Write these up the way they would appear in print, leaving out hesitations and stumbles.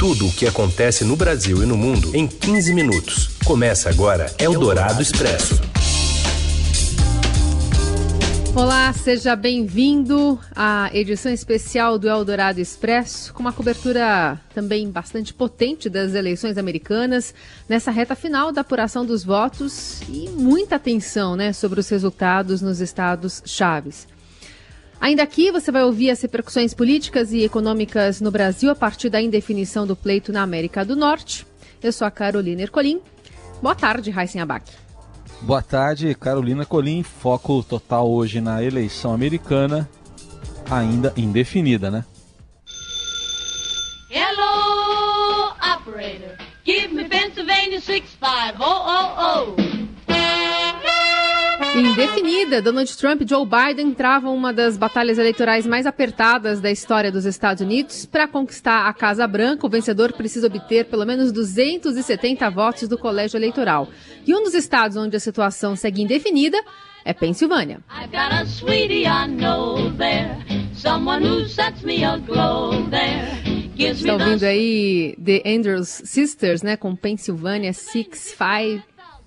tudo o que acontece no Brasil e no mundo em 15 minutos. Começa agora Eldorado Expresso. Olá, seja bem-vindo à edição especial do Eldorado Expresso, com uma cobertura também bastante potente das eleições americanas, nessa reta final da apuração dos votos e muita atenção, sobre os resultados nos estados chaves. Ainda aqui você vai ouvir as repercussões políticas e econômicas no Brasil a partir da indefinição do pleito na América do Norte. Eu sou a Carolina Ercolim. Boa tarde, Raíssen Abac. Boa tarde, Carolina Colim. Foco total hoje na eleição americana, ainda indefinida, né? Hello, operator. Give me Pennsylvania 65000. Indefinida, Donald Trump e Joe Biden travam uma das batalhas eleitorais mais apertadas da história dos Estados Unidos. Para conquistar a Casa Branca, o vencedor precisa obter pelo menos 270 votos do colégio eleitoral. E um dos estados onde a situação segue indefinida é Pensilvânia. Está ouvindo aí The Andrews Sisters, com Pennsylvania 5000,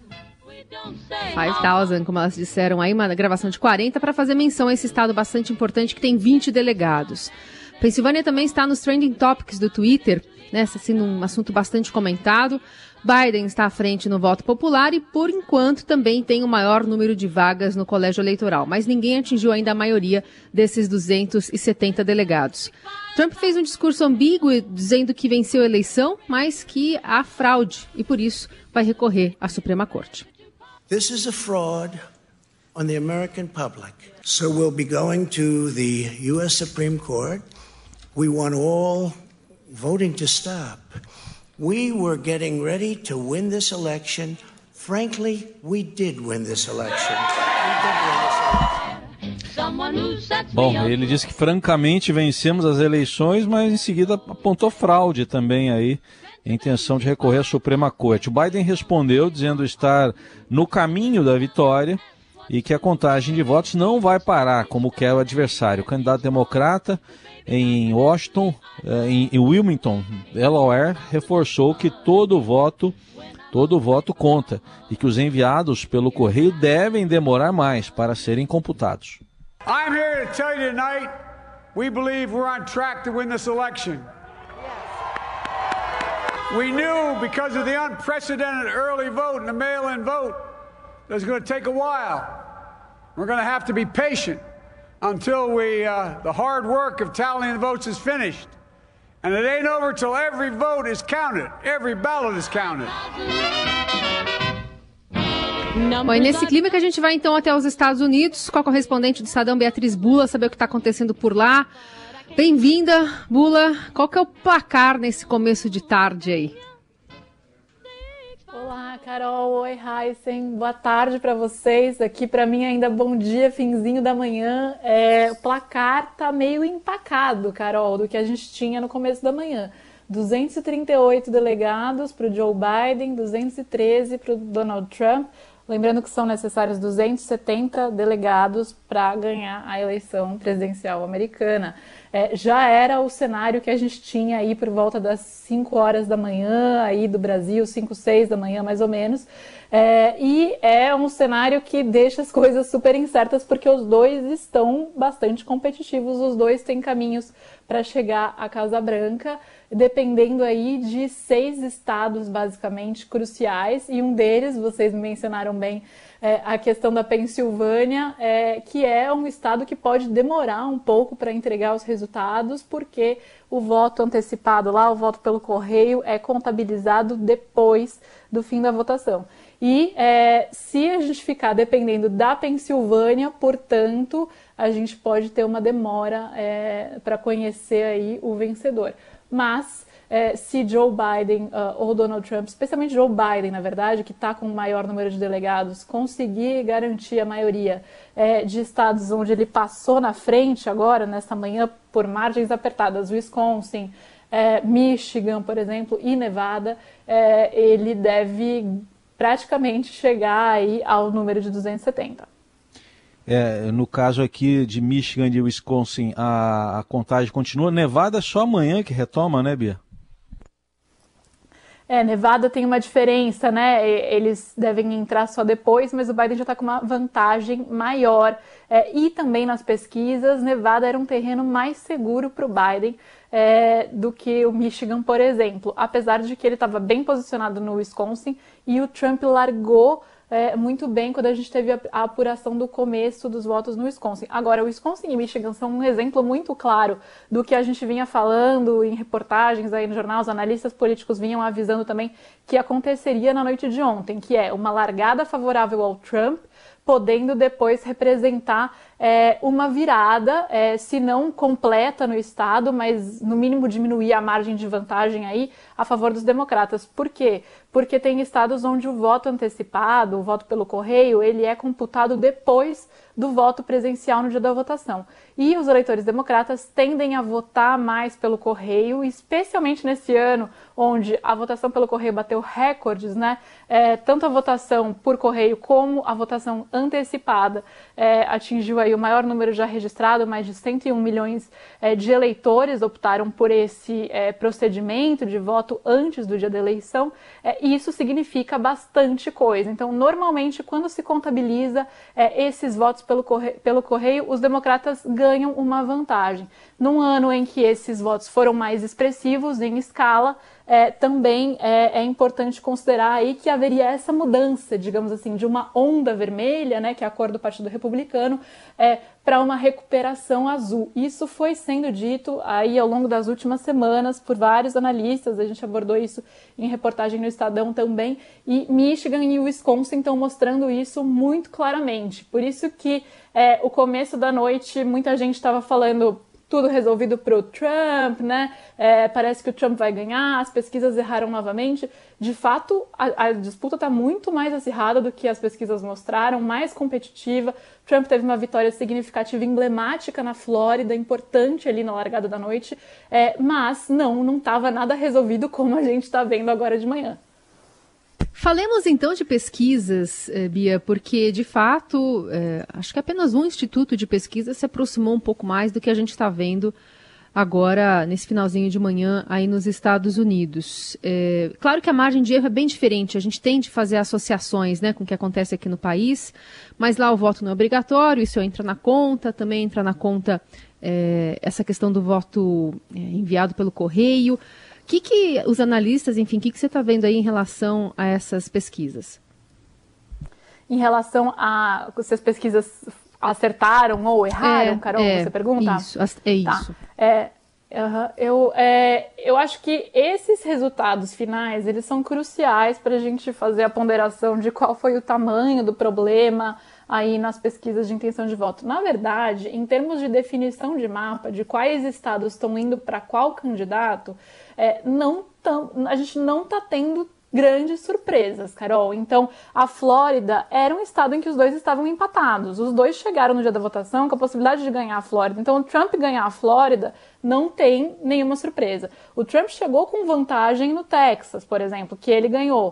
como elas disseram aí, uma gravação de 40, para fazer menção a esse estado bastante importante que tem 20 delegados. Pensilvânia também está nos trending topics do Twitter, sendo um assunto bastante comentado. Biden está à frente no voto popular e, por enquanto, também tem o maior número de vagas no colégio eleitoral, mas ninguém atingiu ainda a maioria desses 270 delegados. Trump fez um discurso ambíguo dizendo que venceu a eleição, mas que há fraude e, por isso, vai recorrer à Suprema Corte. This is a fraud on the American public. So we'll be going to the U.S. Supreme Court. We want all voting to stop. We were getting ready to win this election. Frankly, we did win this election. Bom, ele disse que francamente vencemos as eleições, mas em seguida apontou fraude também aí, a intenção de recorrer à Suprema Corte. O Biden respondeu dizendo estar no caminho da vitória e que a contagem de votos não vai parar, como quer o adversário. O candidato democrata em Washington, em Wilmington, Delaware, reforçou que todo voto conta e que os enviados pelo correio devem demorar mais para serem computados. I'm here to tell you tonight, we believe we're on track to win this election. We knew because of the unprecedented early vote and the mail-in vote that it was going to take a while. We're going to have to be patient until the hard work of tallying the votes is finished. And it ain't over till every vote is counted, every ballot is counted. Bom, e nesse clima que a gente vai então até os Estados Unidos com a correspondente do Estadão, Beatriz Bula, saber o que está acontecendo por lá. Bem-vinda, Bula. Qual que é o placar nesse começo de tarde aí? Olá, Carol. Oi, Raíssen. Boa tarde para vocês. Aqui para mim ainda bom dia, finzinho da manhã. O placar tá meio empacado, Carol, do que a gente tinha no começo da manhã. 238 delegados para o Joe Biden, 213 para o Donald Trump. Lembrando que são necessários 270 delegados para ganhar a eleição presidencial americana. Já era o cenário que a gente tinha aí por volta das 5 horas da manhã, aí do Brasil, 5, 6 da manhã mais ou menos. E é um cenário que deixa as coisas super incertas porque os dois estão bastante competitivos, os dois têm caminhos para chegar à Casa Branca, dependendo aí de 6 estados basicamente cruciais, e um deles, vocês mencionaram bem, a questão da Pensilvânia, que é um estado que pode demorar um pouco para entregar os resultados, porque o voto antecipado lá, o voto pelo correio, é contabilizado depois do fim da votação. E se a gente ficar dependendo da Pensilvânia, portanto, a gente pode ter uma demora para conhecer aí o vencedor. Mas se Joe Biden ou Donald Trump, especialmente Joe Biden, na verdade, que está com o maior número de delegados, conseguir garantir a maioria de estados onde ele passou na frente agora, nesta manhã, por margens apertadas, Wisconsin, Michigan, por exemplo, e Nevada, ele deve praticamente chegar aí ao número de 270. No caso aqui de Michigan e de Wisconsin, a contagem continua. Nevada só amanhã que retoma, né, Bia? Nevada tem uma diferença, né? Eles devem entrar só depois, mas o Biden já está com uma vantagem maior. E também nas pesquisas, Nevada era um terreno mais seguro para o Biden do que o Michigan, por exemplo. Apesar de que ele estava bem posicionado no Wisconsin e o Trump largou muito bem quando a gente teve a apuração do começo dos votos no Wisconsin. Agora, o Wisconsin e Michigan são um exemplo muito claro do que a gente vinha falando em reportagens aí no jornal, os analistas políticos vinham avisando também que aconteceria na noite de ontem, que é uma largada favorável ao Trump, podendo depois representar uma virada, se não completa no estado, mas no mínimo diminuir a margem de vantagem aí a favor dos democratas. Por quê? Porque tem estados onde o voto antecipado, o voto pelo correio, ele é computado depois do voto presencial no dia da votação. E os eleitores democratas tendem a votar mais pelo correio, especialmente nesse ano, onde a votação pelo correio bateu recordes, né? Tanto a votação por correio como a votação antecipada atingiu aí o maior número já registrado, mais de 101 milhões de eleitores optaram por esse procedimento de voto antes do dia da eleição, e isso significa bastante coisa. Então, normalmente, quando se contabiliza esses votos pelo correio, os democratas ganham uma vantagem. Num ano em que esses votos foram mais expressivos em escala, também é importante considerar aí que haveria essa mudança, digamos assim, de uma onda vermelha, né, que é a cor do Partido Republicano, para uma recuperação azul. Isso foi sendo dito aí ao longo das últimas semanas por vários analistas, a gente abordou isso em reportagem no Estadão também, e Michigan e Wisconsin estão mostrando isso muito claramente. Por isso que o começo da noite muita gente estava falando tudo resolvido para o Trump, né? Parece que o Trump vai ganhar, as pesquisas erraram novamente. De fato, a disputa está muito mais acirrada do que as pesquisas mostraram, mais competitiva. Trump teve uma vitória significativa, emblemática na Flórida, importante ali na largada da noite, mas não estava nada resolvido como a gente está vendo agora de manhã. Falemos então de pesquisas, Bia, porque de fato, acho que apenas um instituto de pesquisa se aproximou um pouco mais do que a gente está vendo agora nesse finalzinho de manhã aí nos Estados Unidos. Claro que a margem de erro é bem diferente, a gente tem de fazer associações, né, com o que acontece aqui no país, mas lá o voto não é obrigatório, isso entra na conta, também entra na conta essa questão do voto enviado pelo correio. O que os analistas, enfim, o que você está vendo aí em relação a essas pesquisas? Em relação a se as pesquisas acertaram ou erraram, Carol, você pergunta? Isso, isso. Eu acho que esses resultados finais, eles são cruciais para a gente fazer a ponderação de qual foi o tamanho do problema aí nas pesquisas de intenção de voto. Na verdade, em termos de definição de mapa, de quais estados estão indo para qual candidato, a gente não está tendo grandes surpresas, Carol. Então, a Flórida era um estado em que os dois estavam empatados. Os dois chegaram no dia da votação com a possibilidade de ganhar a Flórida. Então, o Trump ganhar a Flórida não tem nenhuma surpresa. O Trump chegou com vantagem no Texas, por exemplo, que ele ganhou.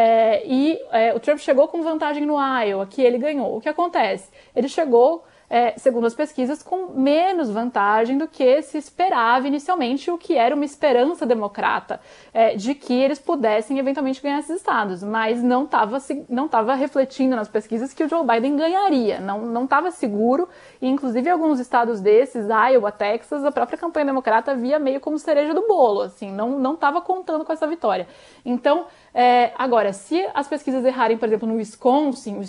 O Trump chegou com vantagem no Iowa, que ele ganhou. O que acontece? Ele chegou, segundo as pesquisas, com menos vantagem do que se esperava inicialmente, o que era uma esperança democrata, de que eles pudessem eventualmente ganhar esses estados, mas não estava refletindo nas pesquisas que o Joe Biden ganharia, não estava seguro, e inclusive em alguns estados desses, Iowa, Texas, a própria campanha democrata via meio como cereja do bolo, assim, não estava contando com essa vitória. Então, agora, se as pesquisas errarem, por exemplo, no Wisconsin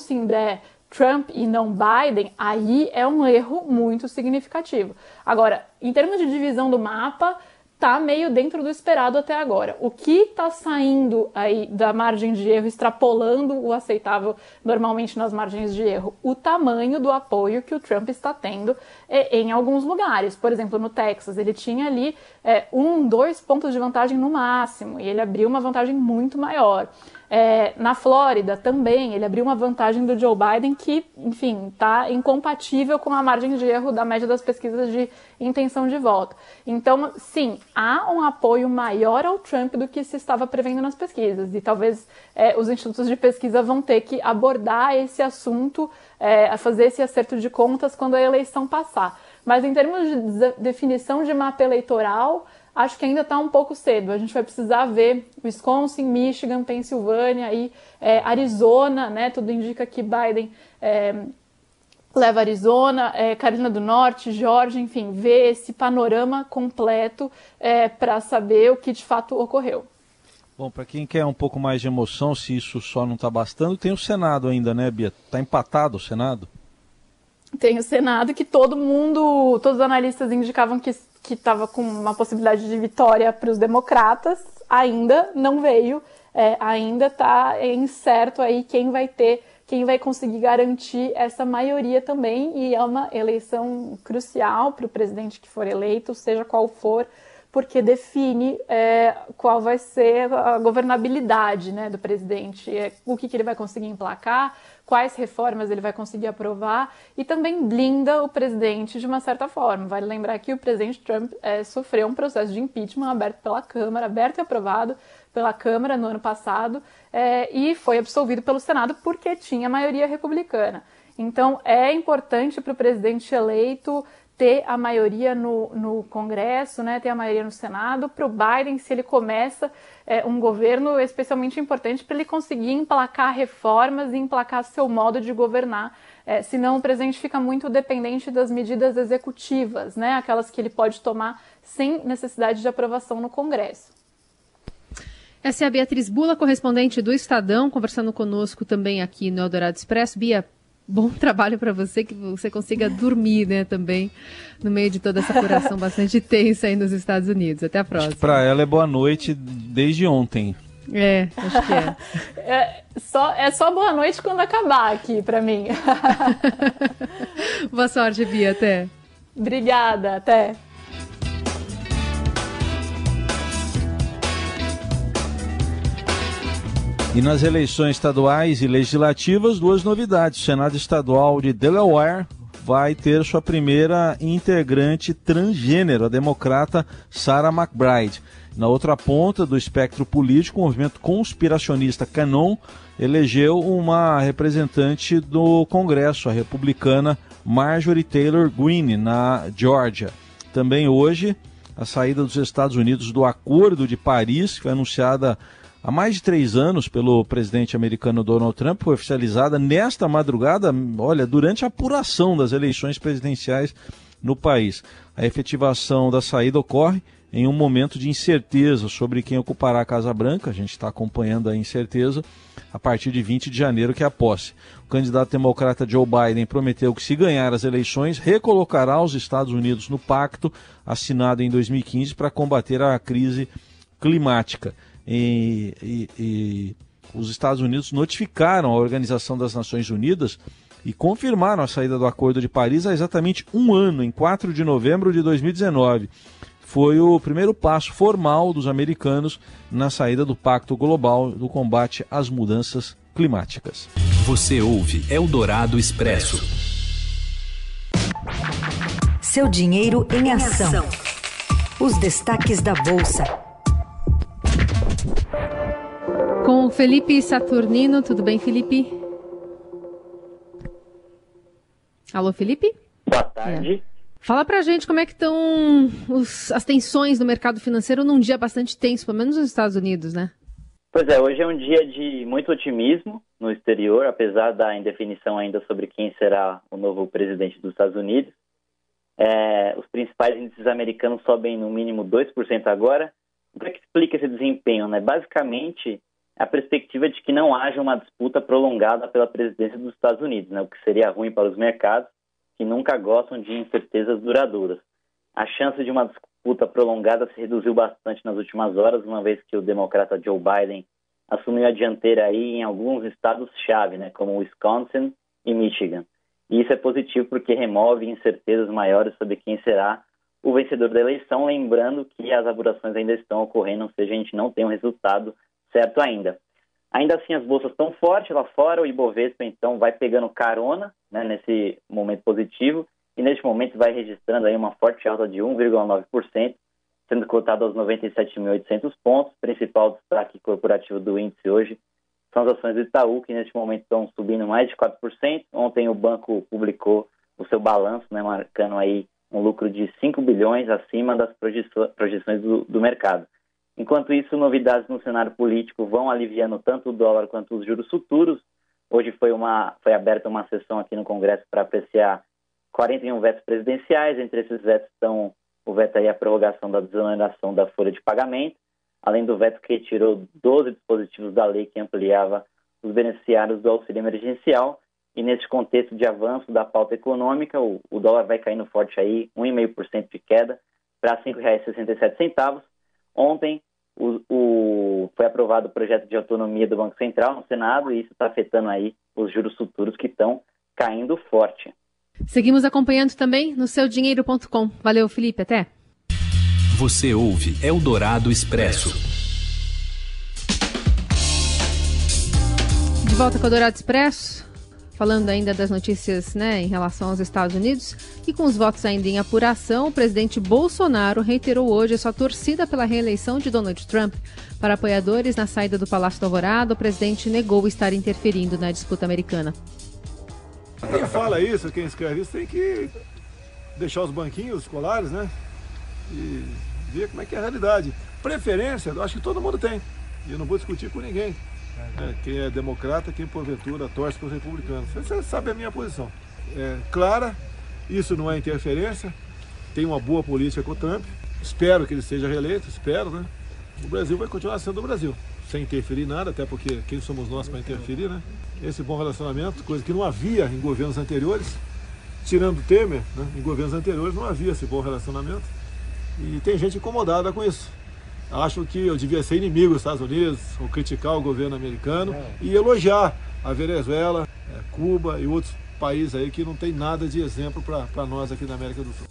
Trump e não Biden, aí é um erro muito significativo. Agora, em termos de divisão do mapa, tá meio dentro do esperado até agora. O que está saindo aí da margem de erro, extrapolando o aceitável normalmente nas margens de erro? O tamanho do apoio que o Trump está tendo em alguns lugares. Por exemplo, no Texas, ele tinha ali 2 pontos de vantagem no máximo, e ele abriu uma vantagem muito maior. Na Flórida também, ele abriu uma vantagem do Joe Biden que, enfim, está incompatível com a margem de erro da média das pesquisas de intenção de voto. Então, sim, há um apoio maior ao Trump do que se estava prevendo nas pesquisas, e talvez os institutos de pesquisa vão ter que abordar esse assunto, a fazer esse acerto de contas quando a eleição passar. Mas em termos de definição de mapa eleitoral, acho que ainda está um pouco cedo. A gente vai precisar ver Wisconsin, Michigan, Pensilvânia e Arizona, né? Tudo indica que Biden leva Arizona, Carolina do Norte, Geórgia, enfim, ver esse panorama completo para saber o que de fato ocorreu. Bom, para quem quer um pouco mais de emoção, se isso só não está bastando, tem o Senado ainda, né, Bia? Está empatado o Senado? Tem o Senado que todos os analistas indicavam que estava com uma possibilidade de vitória para os democratas, ainda não veio, ainda está incerto aí quem vai conseguir garantir essa maioria também, e é uma eleição crucial para o presidente que for eleito, seja qual for, porque define qual vai ser a governabilidade, né, do presidente, o que ele vai conseguir emplacar, quais reformas ele vai conseguir aprovar, e também blinda o presidente de uma certa forma. Vale lembrar que o presidente Trump sofreu um processo de impeachment aberto pela Câmara, aberto e aprovado pela Câmara no ano passado, e foi absolvido pelo Senado porque tinha maioria republicana. Então é importante para o presidente eleito ter a maioria no Congresso, né, ter a maioria no Senado. Para o Biden, se ele começa um governo especialmente importante para ele conseguir emplacar reformas e emplacar seu modo de governar, senão o presidente fica muito dependente das medidas executivas, né, aquelas que ele pode tomar sem necessidade de aprovação no Congresso. Essa é a Beatriz Bula, correspondente do Estadão, conversando conosco também aqui no Eldorado Expresso. Bia, bom trabalho para você, que você consiga dormir, né, também, no meio de toda essa apuração bastante tensa aí nos Estados Unidos. Até a próxima. Para ela é boa noite desde ontem. Acho que é só boa noite quando acabar aqui, para mim. Boa sorte, Bia. Até. Obrigada. Até. E nas eleições estaduais e legislativas, duas novidades. O Senado Estadual de Delaware vai ter sua primeira integrante transgênero, a democrata Sarah McBride. Na outra ponta do espectro político, o movimento conspiracionista QAnon elegeu uma representante do Congresso, a republicana Marjorie Taylor Greene, na Geórgia. Também hoje, a saída dos Estados Unidos do Acordo de Paris, que foi anunciada há mais de 3 anos pelo presidente americano Donald Trump, foi oficializada nesta madrugada, durante a apuração das eleições presidenciais no país. A efetivação da saída ocorre em um momento de incerteza sobre quem ocupará a Casa Branca. A gente está acompanhando a incerteza a partir de 20 de janeiro, que é a posse. O candidato democrata Joe Biden prometeu que, se ganhar as eleições, recolocará os Estados Unidos no pacto assinado em 2015 para combater a crise climática. E os Estados Unidos notificaram a Organização das Nações Unidas e confirmaram a saída do Acordo de Paris há exatamente 1 ano, em 4 de novembro de 2019. Foi o primeiro passo formal dos americanos na saída do Pacto Global do combate às mudanças climáticas. Você ouve Eldorado Expresso. Seu dinheiro em ação. Os destaques da Bolsa. Com o Felipe Saturnino. Tudo bem, Felipe? Alô, Felipe? Boa tarde. Fala pra gente como é que estão as tensões no mercado financeiro num dia bastante tenso, pelo menos nos Estados Unidos, né? Pois é, hoje é um dia de muito otimismo no exterior, apesar da indefinição ainda sobre quem será o novo presidente dos Estados Unidos. Os principais índices americanos sobem no mínimo 2% agora. O que explica esse desempenho, né? Basicamente, a perspectiva de que não haja uma disputa prolongada pela presidência dos Estados Unidos, né? O que seria ruim para os mercados, que nunca gostam de incertezas duradouras. A chance de uma disputa prolongada se reduziu bastante nas últimas horas, uma vez que o democrata Joe Biden assumiu a dianteira aí em alguns estados-chave, né? Como Wisconsin e Michigan. E isso é positivo porque remove incertezas maiores sobre quem será o vencedor da eleição, lembrando que as apurações ainda estão ocorrendo, ou seja, a gente não tem um resultado certo ainda. Ainda assim, as bolsas estão fortes lá fora, o Ibovespa, então, vai pegando carona, né, nesse momento positivo, e neste momento vai registrando aí uma forte alta de 1,9%, sendo cotado aos 97.800 pontos. O principal destaque corporativo do índice hoje são as ações do Itaú, que neste momento estão subindo mais de 4%. Ontem o banco publicou o seu balanço, né, marcando aí um lucro de 5 bilhões acima das projeções do mercado. Enquanto isso, novidades no cenário político vão aliviando tanto o dólar quanto os juros futuros. Hoje foi aberta uma sessão aqui no Congresso para apreciar 41 vetos presidenciais. Entre esses vetos estão o veto aí à prorrogação da desoneração da folha de pagamento, além do veto que retirou 12 dispositivos da lei que ampliava os beneficiários do auxílio emergencial. E nesse contexto de avanço da pauta econômica, o dólar vai caindo forte aí, 1,5% de queda para R$ 5,67. Ontem foi aprovado o projeto de autonomia do Banco Central no Senado e isso está afetando aí os juros futuros que estão caindo forte. Seguimos acompanhando também no seudinheiro.com. Valeu, Felipe, até. Você ouve Eldorado Expresso. De volta com o Eldorado Expresso, falando ainda das notícias, em relação aos Estados Unidos, e com os votos ainda em apuração, o presidente Bolsonaro reiterou hoje a sua torcida pela reeleição de Donald Trump. Para apoiadores na saída do Palácio do Alvorada, o presidente negou estar interferindo na disputa americana. Quem fala isso, quem escreve isso, tem que deixar os banquinhos escolares, e ver como é que é a realidade. Preferência, eu acho que todo mundo tem, e eu não vou discutir com ninguém. Quem é democrata, quem porventura torce para os republicanos. Você sabe a minha posição. É clara, isso não é interferência, tem uma boa política com o Trump, espero que ele seja reeleito, O Brasil vai continuar sendo o Brasil, sem interferir em nada, até porque quem somos nós para interferir, Esse bom relacionamento, coisa que não havia em governos anteriores, tirando Temer, em governos anteriores não havia esse bom relacionamento, e tem gente incomodada com isso. Acho que eu devia ser inimigo dos Estados Unidos, ou criticar o governo americano e elogiar a Venezuela, Cuba e outros países aí que não tem nada de exemplo para nós aqui na América do Sul.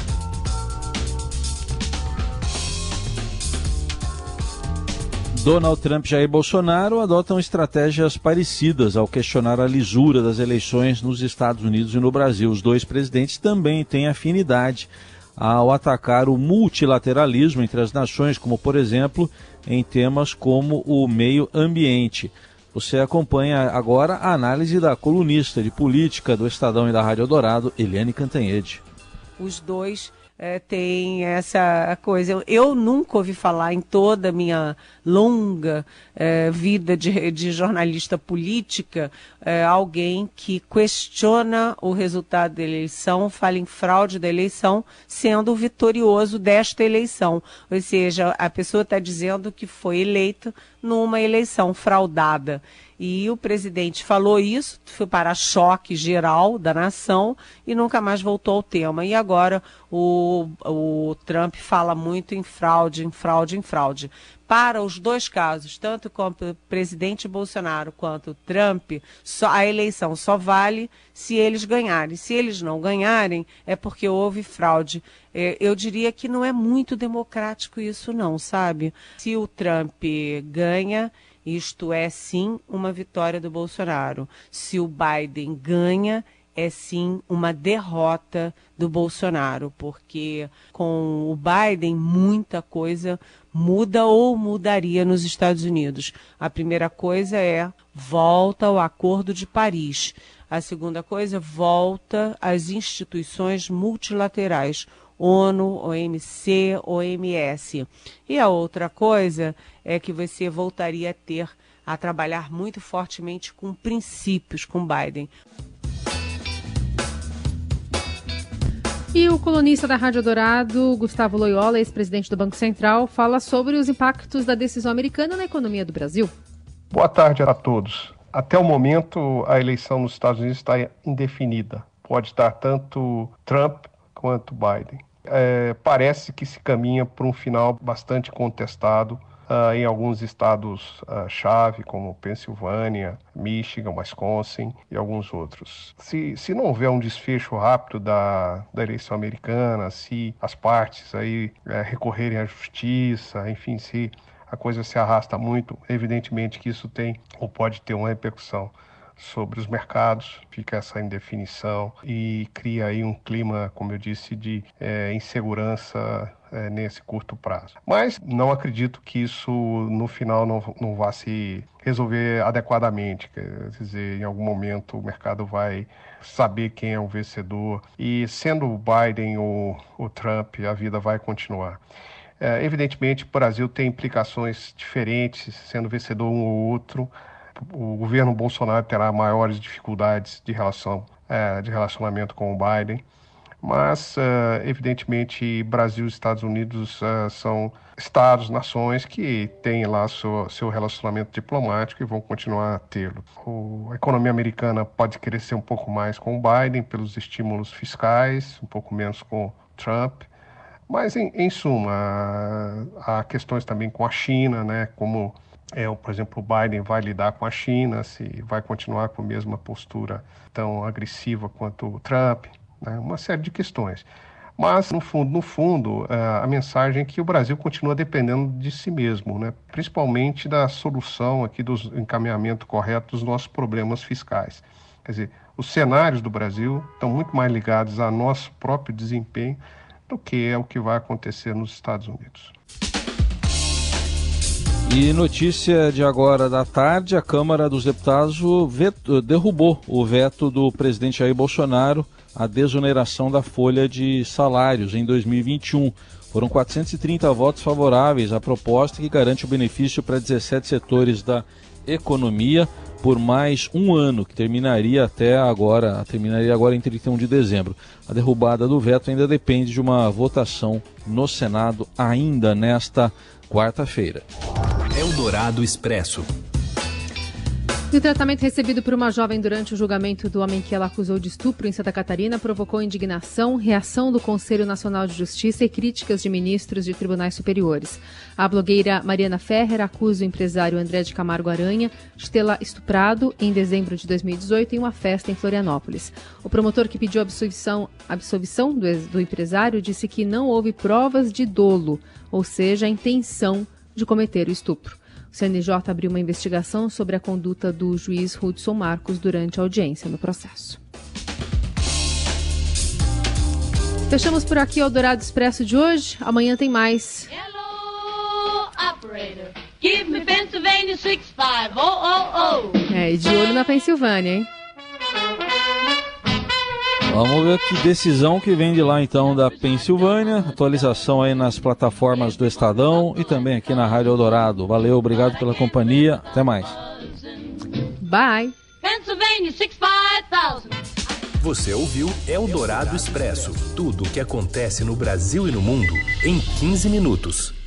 Donald Trump e Jair Bolsonaro adotam estratégias parecidas ao questionar a lisura das eleições nos Estados Unidos e no Brasil. Os dois presidentes também têm afinidade ao atacar o multilateralismo entre as nações, como, por exemplo, em temas como o meio ambiente. Você acompanha agora a análise da colunista de política do Estadão e da Rádio Eldorado, Eliane Cantanhede. Os dois têm essa coisa. Eu nunca ouvi falar em toda a minha longa vida de jornalista política alguém que questiona o resultado da eleição, fala em fraude da eleição, sendo o vitorioso desta eleição. Ou seja, a pessoa está dizendo que foi eleito numa eleição fraudada. E o presidente falou isso, foi para choque geral da nação e nunca mais voltou ao tema. E agora o Trump fala muito em fraude. Para os dois casos, tanto como o presidente Bolsonaro quanto o Trump, a eleição só vale se eles ganharem. Se eles não ganharem, é porque houve fraude. Eu diria que não é muito democrático isso não, sabe? Se o Trump ganha, isto é sim uma vitória do Bolsonaro. Se o Biden ganha, é sim uma derrota do Bolsonaro, porque com o Biden muita coisa muda ou mudaria nos Estados Unidos. A primeira coisa é volta ao Acordo de Paris. A segunda coisa, volta às instituições multilaterais, ONU, OMC, OMS. E a outra coisa é que você voltaria a trabalhar muito fortemente com princípios com Biden. E o colunista da Rádio Eldorado, Gustavo Loyola, ex-presidente do Banco Central, fala sobre os impactos da decisão americana na economia do Brasil. Boa tarde a todos. Até o momento, a eleição nos Estados Unidos está indefinida. Pode estar tanto Trump quanto Biden. Parece que se caminha para um final bastante contestado em alguns estados-chave, como Pensilvânia, Michigan, Wisconsin e alguns outros. Se não houver um desfecho rápido da eleição americana, se as partes aí recorrerem à justiça, enfim, se a coisa se arrasta muito, evidentemente que isso tem ou pode ter uma repercussão sobre os mercados, fica essa indefinição e cria aí um clima, como eu disse, de insegurança nesse curto prazo. Mas não acredito que isso no final não vá se resolver adequadamente, quer dizer, em algum momento o mercado vai saber quem é o vencedor e sendo o Biden ou o Trump, a vida vai continuar. Evidentemente, o Brasil tem implicações diferentes, sendo vencedor um ou outro. O governo Bolsonaro terá maiores dificuldades de relacionamento com o Biden. Mas, evidentemente, Brasil e Estados Unidos são estados, nações que têm lá seu relacionamento diplomático e vão continuar a tê-lo. A economia americana pode crescer um pouco mais com o Biden pelos estímulos fiscais, um pouco menos com Trump. Mas, em suma, há questões também com a China, né? Como, por exemplo, o Biden vai lidar com a China, se vai continuar com a mesma postura tão agressiva quanto o Trump. Uma série de questões. Mas, no fundo, a mensagem é que o Brasil continua dependendo de si mesmo, né? Principalmente da solução aqui do encaminhamento correto dos nossos problemas fiscais. Quer dizer, os cenários do Brasil estão muito mais ligados ao nosso próprio desempenho do que é o que vai acontecer nos Estados Unidos. E notícia de agora da tarde, a Câmara dos Deputados derrubou o veto do presidente Jair Bolsonaro à desoneração da folha de salários em 2021. Foram 430 votos favoráveis à proposta que garante o benefício para 17 setores da economia por mais um ano, que terminaria agora em 31 de dezembro. A derrubada do veto ainda depende de uma votação no Senado ainda nesta quarta-feira. Eldorado Expresso. E o tratamento recebido por uma jovem durante o julgamento do homem que ela acusou de estupro em Santa Catarina provocou indignação, reação do Conselho Nacional de Justiça e críticas de ministros de tribunais superiores. A blogueira Mariana Ferrer acusa o empresário André de Camargo Aranha de tê-la estuprado em dezembro de 2018 em uma festa em Florianópolis. O promotor que pediu absolvição do empresário disse que não houve provas de dolo, ou seja, a intenção de cometer o estupro. O CNJ abriu uma investigação sobre a conduta do juiz Hudson Marcos durante a audiência no processo. Fechamos por aqui o Eldorado Expresso de hoje. Amanhã tem mais. Hello, operator. Give me Pennsylvania 65000. E de olho na Pensilvânia, hein? Vamos ver que decisão que vem de lá então da Pensilvânia, atualização aí nas plataformas do Estadão e também aqui na Rádio Eldorado. Valeu, obrigado pela companhia, até mais. Bye. Pennsylvania 65000. Você ouviu Eldorado Expresso, tudo o que acontece no Brasil e no mundo em 15 minutos.